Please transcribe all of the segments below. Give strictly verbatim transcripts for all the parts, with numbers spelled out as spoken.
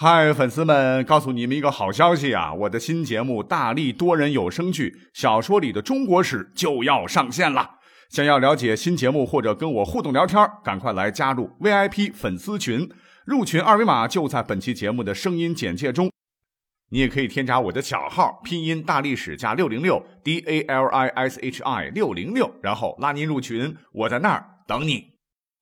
嗨，粉丝们，告诉你们一个好消息啊！我的新节目《大力多人有声剧小说里的中国史》就要上线了。想要了解新节目或者跟我互动聊天，赶快来加入 V I P 粉丝群，入群二维码就在本期节目的声音简介中。你也可以添加我的小号，拼音大历史加六零六 D A L I S H I 六零六，然后拉您入群，我在那儿等你。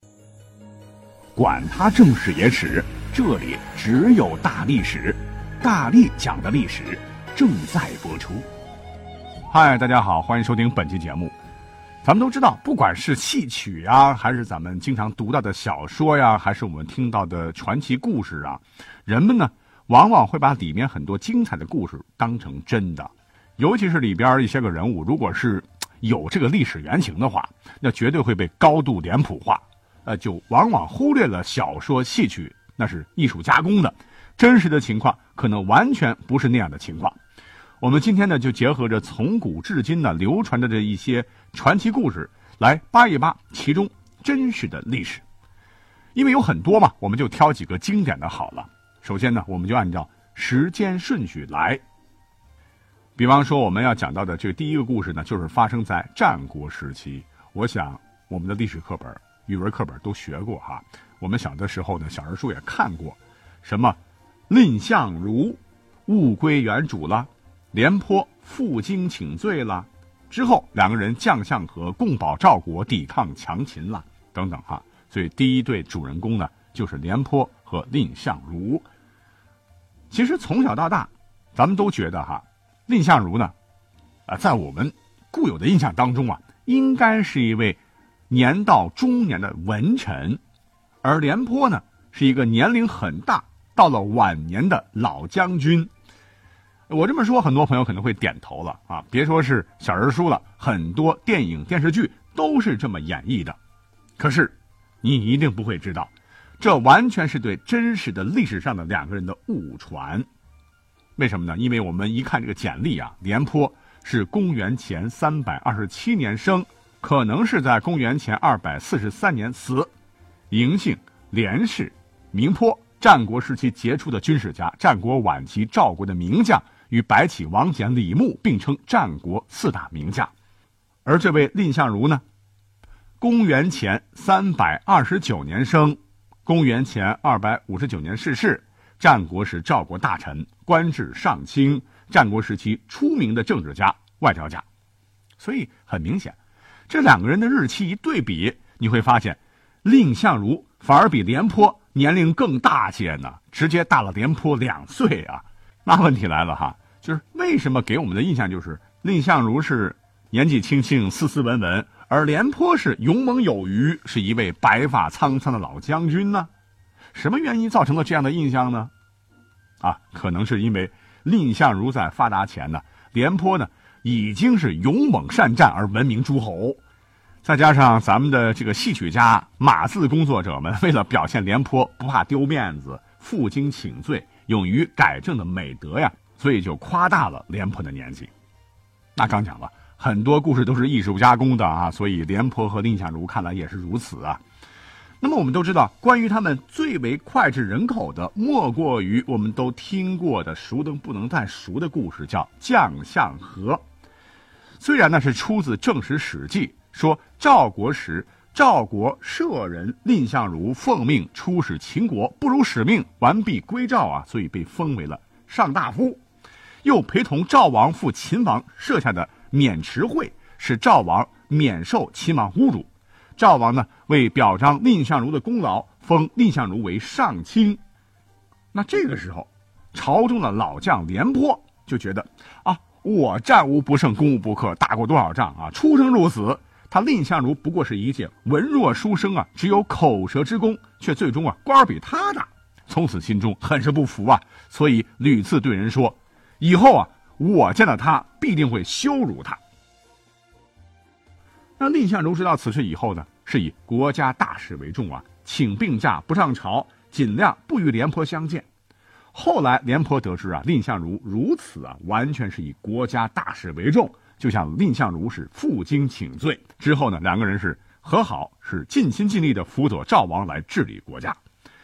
管他正史野史，这里只有大历史，大力讲的历史正在播出。嗨，大家好，欢迎收听本期节目。咱们都知道，不管是戏曲呀，还是咱们经常读到的小说呀，还是我们听到的传奇故事啊，人们呢往往会把里面很多精彩的故事当成真的，尤其是里边一些个人物，如果是有这个历史原型的话，那绝对会被高度脸谱化，呃，就往往忽略了小说戏曲那是艺术加工的，真实的情况可能完全不是那样的情况。我们今天呢，就结合着从古至今呢流传着这一些传奇故事，来扒一扒其中真实的历史。因为有很多嘛，我们就挑几个经典的好了。首先呢，我们就按照时间顺序来。比方说我们要讲到的这第一个故事呢，就是发生在战国时期。我想我们的历史课本、语文课本都学过哈。我们小的时候呢，小人书也看过，什么蔺相如物归原主了，廉颇负荆请罪了，之后两个人将相和，共保赵国，抵抗强秦了，等等哈。所以第一对主人公呢，就是廉颇和蔺相如。其实从小到大，咱们都觉得哈，蔺相如呢，啊，在我们固有的印象当中啊，应该是一位年到中年的文臣，而廉颇呢，是一个年龄很大，到了晚年的老将军。我这么说，很多朋友可能会点头了啊！别说是小人书了，很多电影电视剧都是这么演绎的。可是，你一定不会知道，这完全是对真实的历史上的两个人的误传。为什么呢？因为我们一看这个简历啊，廉颇是公元前三百二十七年生，可能是在公元前二百四十三年死。嬴姓，廉氏，名颇，战国时期杰出的军事家，战国晚期赵国的名将，与白起、王翦、李牧并称战国四大名将。而这位蔺相如呢，公元前三百二十九年生，公元前二百五十九年逝世，战国时赵国大臣，官至上卿，战国时期出名的政治家、外交家。所以很明显，这两个人的日期一对比，你会发现蔺相如反而比廉颇年龄更大些呢，直接大了廉颇两岁啊。那问题来了哈，就是为什么给我们的印象就是蔺相如是年纪轻轻、斯斯文文，而廉颇是勇猛有余，是一位白发苍苍的老将军呢？什么原因造成了这样的印象呢？啊，可能是因为蔺相如在发达前呢，廉颇呢已经是勇猛善战而闻名诸侯。再加上咱们的这个戏曲家、码字工作者们，为了表现廉颇不怕丢面子、负荆请罪、勇于改正的美德呀，所以就夸大了廉颇的年纪。那刚讲了，很多故事都是艺术加工的啊，所以廉颇和蔺相如看来也是如此啊。那么我们都知道，关于他们最为脍炙人口的，莫过于我们都听过的熟得不能再熟的故事，叫将相和。虽然那是出自正史《史记》，说赵国时，赵国舍人蔺相如奉命出使秦国，不辱使命，完璧归赵啊，所以被封为了上大夫。又陪同赵王赴秦王设下的免池会，使赵王免受秦王侮辱。赵王呢，为表彰蔺相如的功劳，封蔺相如为上卿。那这个时候，朝中的老将廉颇就觉得啊，我战无不胜，攻无不克，打过多少仗啊，出生入死。他蔺相如不过是一介文弱书生啊，只有口舌之功，却最终啊官比他大，从此心中很是不服啊，所以屡次对人说，以后啊我见到他必定会羞辱他。那蔺相如知道此事以后呢，是以国家大事为重啊，请病假不上朝，尽量不与廉颇相见。后来廉颇得知啊，蔺相如如此啊，完全是以国家大事为重，就像蔺相如是负荆请罪。之后呢，两个人是和好，是尽心尽力的辅佐赵王来治理国家。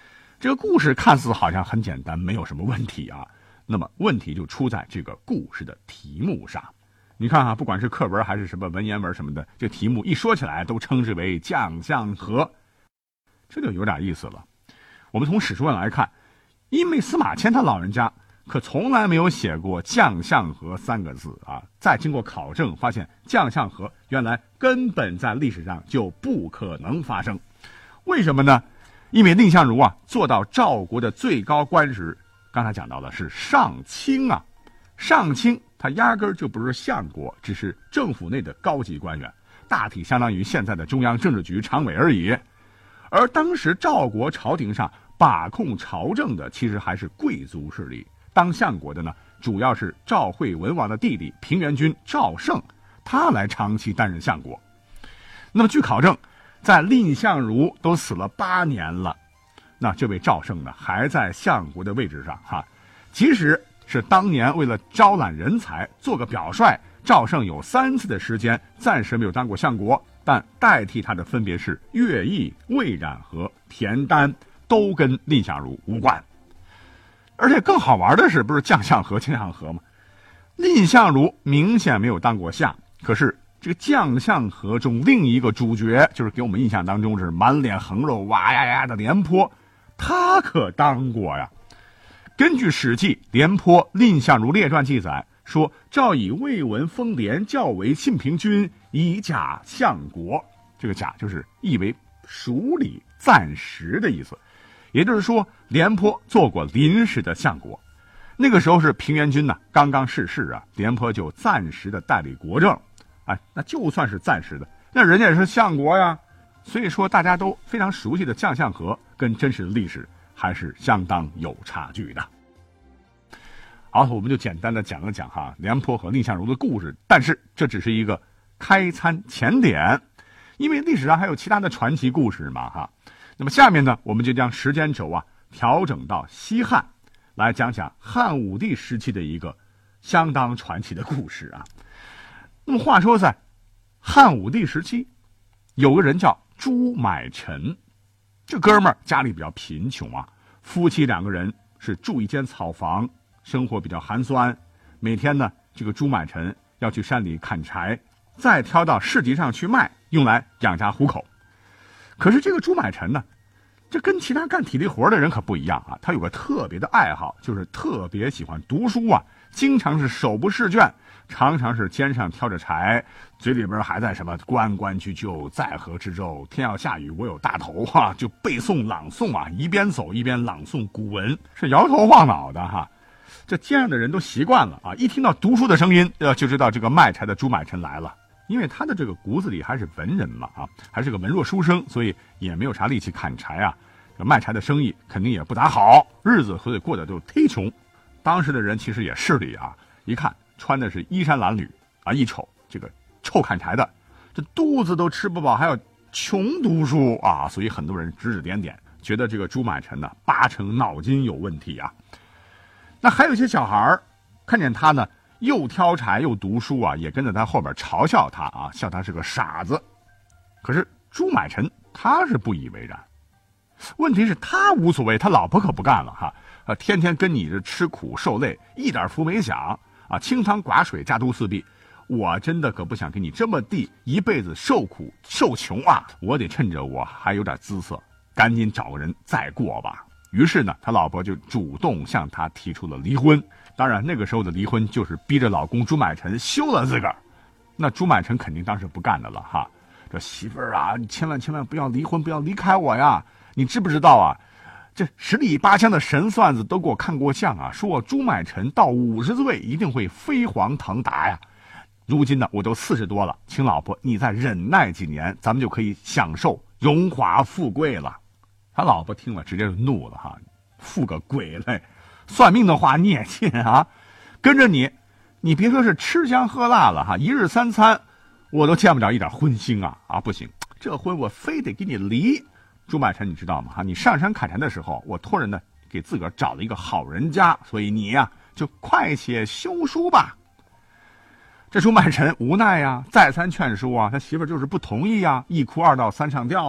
这个故事看似好像很简单，没有什么问题啊。那么问题就出在这个故事的题目上。你看啊，不管是课文还是什么文言文什么的，这题目一说起来都称之为将相和，这就有点意思了。我们从史书上来看，因为司马迁他老人家可从来没有写过将相和三个字啊。再经过考证发现，将相和原来根本在历史上就不可能发生。为什么呢？因为蔺相如啊做到赵国的最高官职，刚才讲到的是上卿啊，上卿他压根儿就不是相国，只是政府内的高级官员，大体相当于现在的中央政治局常委而已。而当时赵国朝廷上把控朝政的其实还是贵族势力，当相国的呢主要是赵惠文王的弟弟平原君赵胜，他来长期担任相国。那么据考证，在蔺相如都死了八年了，那这位赵胜呢还在相国的位置上哈。即使是当年为了招揽人才做个表率，赵胜有三次的时间暂时没有当过相国，但代替他的分别是乐毅、魏冉和田丹，都跟蔺相如无关。而且更好玩的是，不是将相和将相和吗？蔺相如明显没有当过相，可是这个将相和中另一个主角，就是给我们印象当中是满脸横肉哇呀呀的廉颇，他可当过呀。根据《史记·廉颇蔺相如列传》记载说，赵以魏文封廉校为信平君，以假相国。这个假就是意为属理暂时的意思，也就是说廉颇做过临时的相国。那个时候是平原君呢刚刚逝世啊，廉颇就暂时的代理国政。哎，那就算是暂时的，那人家也是相国呀。所以说大家都非常熟悉的将相和跟真实的历史还是相当有差距的。好，我们就简单的讲了讲哈廉颇和蔺相如的故事，但是这只是一个开餐前点，因为历史上还有其他的传奇故事嘛哈。那么下面呢，我们就将时间轴啊调整到西汉，来讲讲汉武帝时期的一个相当传奇的故事啊。那么话说，在汉武帝时期，有个人叫朱买臣，这哥们儿家里比较贫穷啊，夫妻两个人是住一间草房，生活比较寒酸。每天呢，这个朱买臣要去山里砍柴，再挑到市集上去卖，用来养家糊口。可是这个朱买臣呢，这跟其他干体力活的人可不一样啊，他有个特别的爱好，就是特别喜欢读书啊，经常是手不释卷，常常是肩上挑着柴，嘴里边还在什么关关雎鸠，在河之洲，天要下雨我有大头啊，就背诵朗诵啊，一边走一边朗诵古文，是摇头晃脑的哈。这街上的人都习惯了啊，一听到读书的声音，呃，就知道这个卖柴的朱买臣来了。因为他的这个骨子里还是文人嘛啊，还是个文弱书生，所以也没有啥力气砍柴啊。这卖柴的生意肯定也不咋好，日子所以过得就忒穷。当时的人其实也势利啊，一看穿的是衣衫褴褛啊，一瞅这个臭砍柴的，这肚子都吃不饱，还要穷读书啊，所以很多人指指点点，觉得这个朱买臣呢八成脑筋有问题啊。那还有一些小孩看见他呢又挑柴又读书啊，也跟着他后边嘲笑他啊，笑他是个傻子。可是朱买臣他是不以为然，问题是他无所谓，他老婆可不干了哈，呃，天天跟你这吃苦受累，一点福没享啊，清汤寡水，家徒四壁。我真的可不想跟你这么地一辈子受苦受穷啊！我得趁着我还有点姿色，赶紧找个人再过吧。于是呢，他老婆就主动向他提出了离婚。当然，那个时候的离婚就是逼着老公朱买臣休了自个儿。那朱买臣肯定当时不干的了哈，这媳妇儿啊，你千万千万不要离婚，不要离开我呀！你知不知道啊？这十里八乡的神算子都给我看过相啊，说我朱买臣到五十岁一定会飞黄腾达呀。如今呢，我都四十多了，请老婆你再忍耐几年，咱们就可以享受荣华富贵了。他老婆听了直接就怒了哈，富个鬼嘞！算命的话你也信啊？跟着你，你别说是吃香喝辣了哈，一日三餐我都见不着一点荤腥啊！啊，不行，这婚我非得给你离。朱买臣你知道吗？哈，你上山砍柴的时候，我托人呢给自个儿找了一个好人家，所以你呀、啊、就快些休书吧。这朱买臣无奈呀，再三劝说啊，他媳妇儿就是不同意啊，一哭二闹三上吊啊。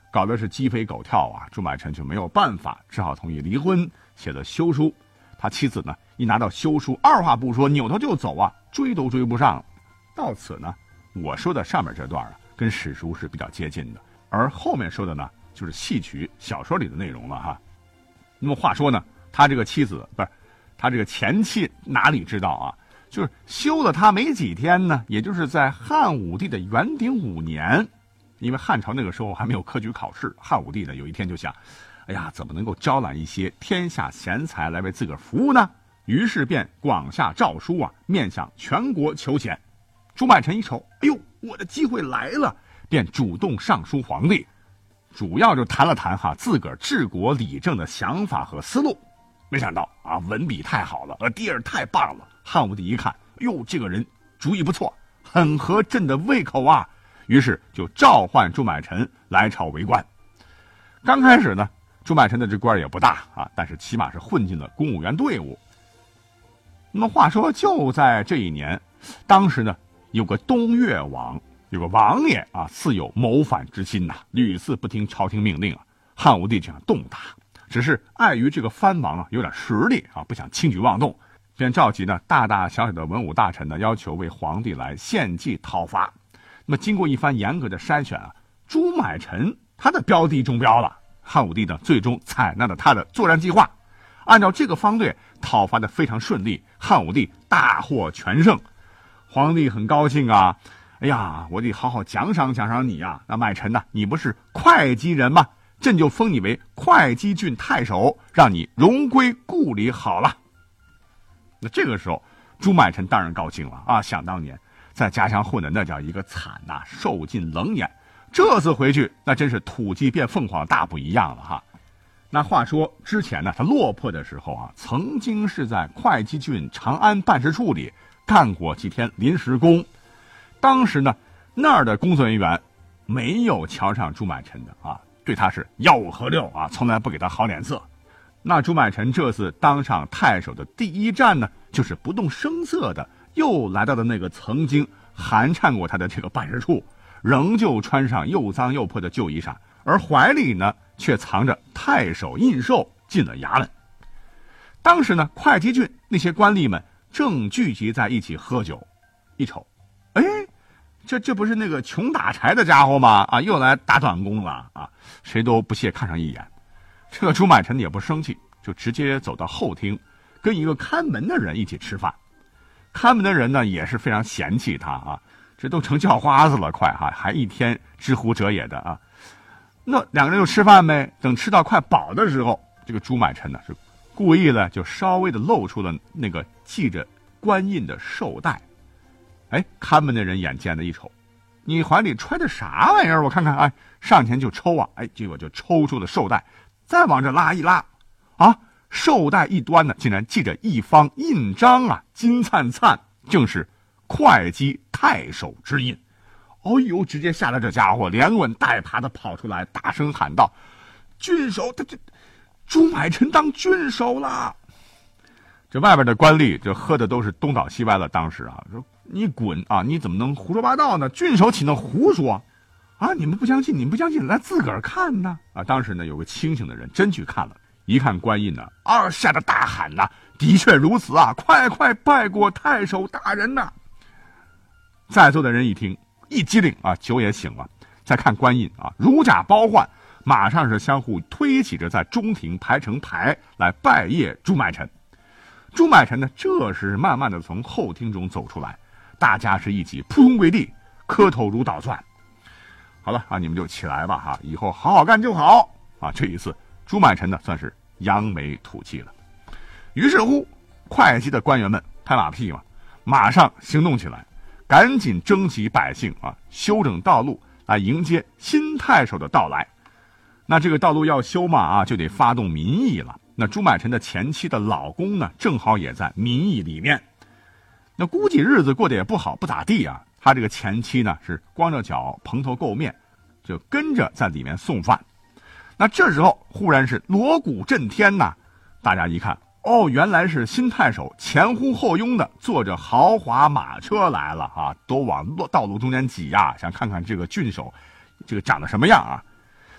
搞得是鸡飞狗跳啊。朱买臣就没有办法，只好同意离婚，写了休书。他妻子呢，一拿到休书，二话不说，扭头就走啊，追都追不上。到此呢，我说的上面这段呢，跟史书是比较接近的，而后面说的呢，就是戏曲小说里的内容了哈。那么话说呢，他这个妻子不是，他这个前妻哪里知道啊？就是休了他没几天呢，也就是在汉武帝的元鼎五年，因为汉朝那个时候还没有科举考试，汉武帝呢有一天就想，哎呀，怎么能够招揽一些天下贤才来为自个儿服务呢？于是便广下诏书啊，面向全国求贤。朱买臣一瞅，哎呦，我的机会来了，便主动上书皇帝，主要就谈了谈哈自个儿治国理政的想法和思路。没想到啊，文笔太好了，呃，第二太棒了。汉武帝一看，哟，这个人主意不错，很合朕的胃口啊，于是就召唤朱买臣来朝为官。刚开始呢，朱买臣的这官也不大啊，但是起码是混进了公务员队伍。那么话说，就在这一年，当时呢，有个东越王，有个王爷啊，似有谋反之心呐、啊，屡次不听朝廷命令啊。汉武帝就想动他，只是碍于这个藩王啊有点实力啊，不想轻举妄动，便召集呢大大小小的文武大臣呢，要求为皇帝来献计讨伐。那么经过一番严格的筛选啊，朱买臣他的标的中标了。汉武帝呢，最终采纳了他的作战计划，按照这个方略讨伐的非常顺利，汉武帝大获全胜。皇帝很高兴啊，哎呀，我得好好奖赏奖赏你呀、啊。那买臣呢，你不是会稽人吗？朕就封你为会稽郡太守，让你荣归故里好了。那这个时候，朱买臣当然高兴了啊！想当年在家乡混的那叫一个惨呐、啊，受尽冷眼。这次回去，那真是土鸡变凤凰，大不一样了哈。那话说之前呢，他落魄的时候啊，曾经是在会稽郡长安办事处里干过几天临时工。当时呢，那儿的工作人员没有瞧上朱买臣的啊，对他是吆五喝六啊，从来不给他好脸色。那朱买臣这次当上太守的第一站呢，就是不动声色的又来到了那个曾经寒碜过他的这个办事处，仍旧穿上又脏又破的旧衣裳，而怀里呢却藏着太守印绶，进了衙门。当时呢，会稽郡那些官吏们正聚集在一起喝酒，一瞅，哎，这这不是那个穷打柴的家伙吗？啊，又来打短工了啊！谁都不屑看上一眼。这个朱买臣也不生气，就直接走到后厅，跟一个看门的人一起吃饭。看门的人呢也是非常嫌弃他啊，这都成叫花子了，快哈，还一天之乎者也的啊。那两个人就吃饭呗。等吃到快饱的时候，这个朱买臣呢是故意的，就稍微的露出了那个系着官印的绶带。哎，看门的人眼尖的一瞅，你怀里揣的啥玩意儿？我看看，哎，上前就抽啊，哎，结果就抽出了绶带，再往这拉一拉，啊，绶带一端呢，竟然系着一方印章啊，金灿灿，正是会稽太守之印。哦呦，直接吓得这家伙连滚带爬的跑出来，大声喊道：“郡守，他这朱买臣当郡守了！”这外边的官吏这喝的都是东倒西歪了。当时啊，说你滚啊！你怎么能胡说八道呢？郡守岂能胡说啊？你们不相信，你们不相信，来自个儿看呢！啊，当时呢，有个清醒的人真去看了，一看官印呢，啊，吓得大喊呐：“的确如此啊！快快拜过太守大人呐！”在座的人一听，一激灵啊，酒也醒了。再看官印啊，如假包换，马上是相互推挤着在中庭排成排来拜谒朱买臣。朱买臣呢，这时慢慢的从后厅中走出来，大家是一起扑通跪地，磕头如捣蒜。好了啊，你们就起来吧哈，以后好好干就好啊。这一次，朱买臣呢算是扬眉吐气了。于是乎，会稽的官员们拍马屁嘛，马上行动起来，赶紧征集百姓啊，修整道路来迎接新太守的到来。那这个道路要修嘛啊，就得发动民意了。那朱买臣的前妻的老公呢，正好也在民意里面。那估计日子过得也不好，不咋地啊。他这个前妻呢，是光着脚蓬头垢面，就跟着在里面送饭。那这时候忽然是锣鼓震天呐，大家一看，哦，原来是新太守前呼后拥的坐着豪华马车来了啊，都往道路中间挤呀、啊，想看看这个郡守这个长得什么样啊。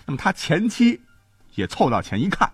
那么他前妻也凑到前一看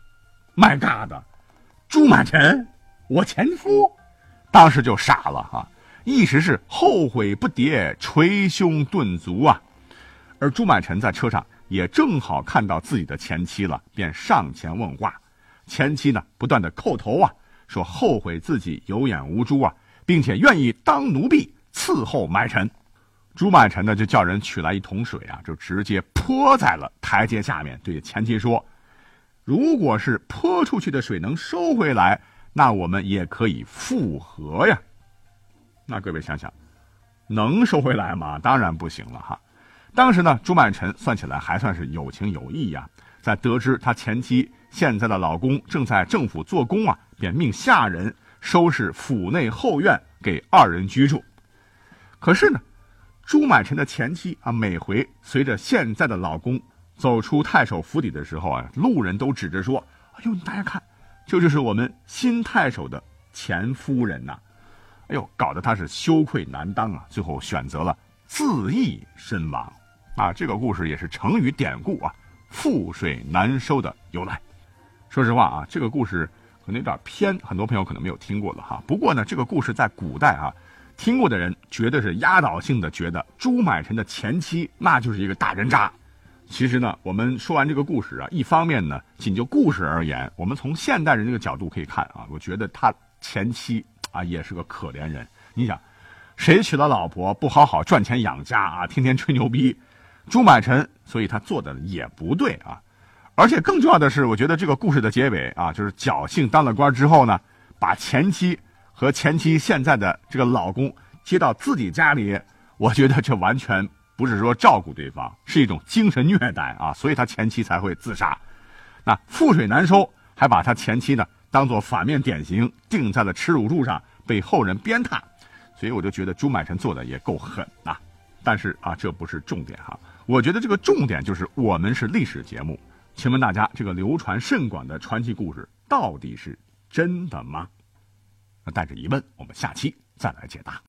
，My God， 朱满臣，我前夫，当时就傻了哈、啊，一时是后悔不迭，捶胸顿足啊。而朱满臣在车上也正好看到自己的前妻了，便上前问话。前妻呢，不断的叩头啊，说后悔自己有眼无珠啊，并且愿意当奴婢伺候买臣。朱满臣呢，就叫人取来一桶水啊，就直接泼在了台阶下面，对前妻说：“如果是泼出去的水能收回来，那我们也可以复合呀。”那各位想想，能收回来吗？当然不行了哈。当时呢，朱满臣算起来还算是有情有义呀，在得知他前妻现在的老公正在政府做工啊，便命下人收拾府内后院给二人居住。可是呢，朱满臣的前妻啊，每回随着现在的老公走出太守府邸的时候啊，路人都指着说：“哎呦，大家看，这就是我们新太守的前夫人呐、啊！”哎呦，搞得他是羞愧难当啊，最后选择了自缢身亡啊。这个故事也是成语典故啊，覆水难收的由来。说实话啊，这个故事可能有点偏，很多朋友可能没有听过了哈。不过呢，这个故事在古代啊，听过的人绝对是压倒性的觉得朱买臣的前妻那就是一个大人渣。其实呢，我们说完这个故事啊，一方面呢，仅就故事而言，我们从现代人这个角度可以看啊，我觉得他前妻啊也是个可怜人。你想，谁娶了老婆不好好赚钱养家啊，天天吹牛逼？朱买臣，所以他做的也不对啊。而且更重要的是，我觉得这个故事的结尾啊，就是侥幸当了官之后呢，把前妻和前妻现在的这个老公接到自己家里，我觉得这完全不是说照顾对方，是一种精神虐待啊，所以他前妻才会自杀。那覆水难收，还把他前妻呢当做反面典型钉在了耻辱柱上，被后人鞭挞。所以我就觉得朱买臣做的也够狠啊。但是啊，这不是重点哈，我觉得这个重点就是我们是历史节目。请问大家，这个流传甚广的传奇故事到底是真的吗？那带着疑问，我们下期再来解答。